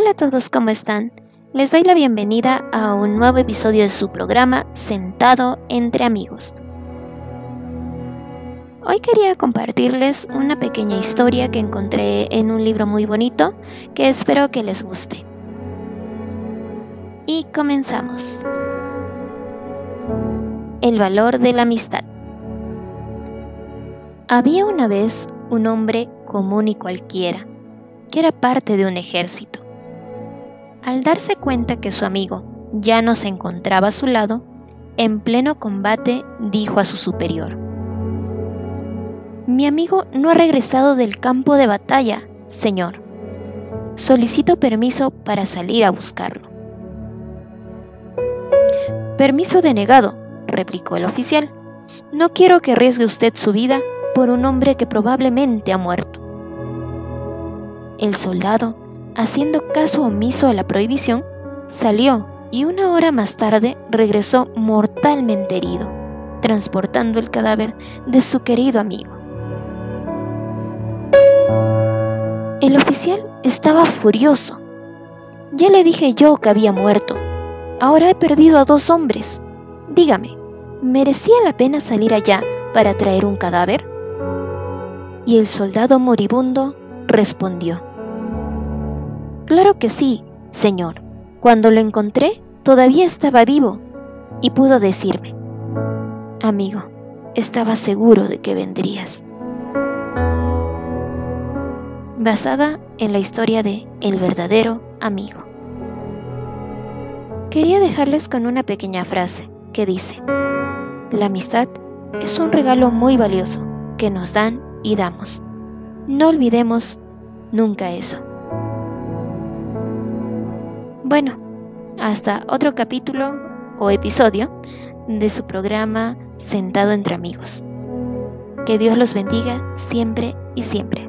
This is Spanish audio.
Hola a todos, ¿cómo están? Les doy la bienvenida a un nuevo episodio de su programa Sentado entre Amigos. Hoy quería compartirles una pequeña historia que encontré en un libro muy bonito que espero que les guste. Y comenzamos. El valor de la amistad. Había una vez un hombre común y cualquiera, que era parte de un ejército. Al darse cuenta que su amigo ya no se encontraba a su lado, en pleno combate dijo a su superior: «Mi amigo no ha regresado del campo de batalla, señor. Solicito permiso para salir a buscarlo». «Permiso denegado», replicó el oficial. «No quiero que arriesgue usted su vida por un hombre que probablemente ha muerto». El soldado, haciendo caso omiso a la prohibición, salió y 1 hora más tarde regresó mortalmente herido, transportando el cadáver de su querido amigo. El oficial estaba furioso. «Ya le dije yo que había muerto. Ahora he perdido a 2 hombres. Dígame, ¿merecía la pena salir allá para traer un cadáver?». Y el soldado moribundo respondió: «Claro que sí, señor. Cuando lo encontré, todavía estaba vivo y pudo decirme: amigo, estaba seguro de que vendrías». Basada en la historia de El verdadero amigo. Quería dejarles con una pequeña frase que dice: la amistad es un regalo muy valioso que nos dan y damos. No olvidemos nunca eso. Bueno, hasta otro capítulo o episodio de su programa Sentado entre Amigos. Que Dios los bendiga siempre y siempre.